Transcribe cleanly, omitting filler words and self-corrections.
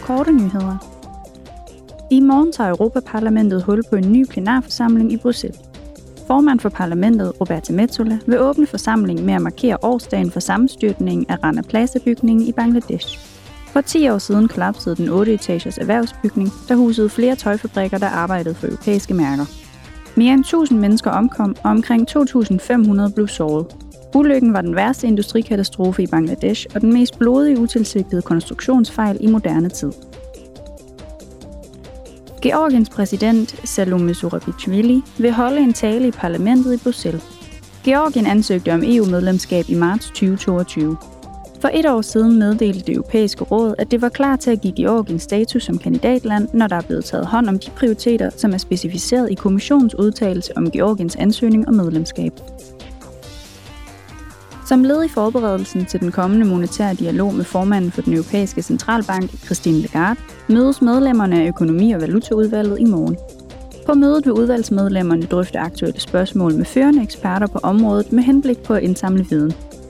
korte nyheder. I morgen tager Europaparlamentet hul på en ny plenarforsamling i Bruxelles. Formand for parlamentet, Roberta Metsola, vil åbne forsamlingen med at markere årsdagen for sammenstyrtningen af Rana Plaza-bygningen i Bangladesh. For 10 år siden kollapsede den 8-etagers erhvervsbygning, der husede flere tøjfabrikker, der arbejdede for europæiske mærker. Mere end 1000 mennesker omkom, og omkring 2500 blev såret. Ulykken var den værste industrikatastrofe i Bangladesh og den mest blodige utilsigtede konstruktionsfejl i moderne tid. Georgiens præsident Salome Zurabishvili vil holde en tale i parlamentet i Bruxelles. Georgien ansøgte om EU-medlemskab i marts 2022. For 1 år siden meddelte det europæiske råd, at det var klar til at give Georgien status som kandidatland, når der er blevet taget hånd om de prioriteter, som er specificeret i kommissionens udtalelse om Georgiens ansøgning om medlemskab. Som led i forberedelsen til den kommende monetære dialog med formanden for den europæiske centralbank, Christine Lagarde, mødes medlemmerne af økonomi- og valutaudvalget i morgen. På mødet vil udvalgsmedlemmerne drøfte aktuelle spørgsmål med førende eksperter på området med henblik på at indsamle viden.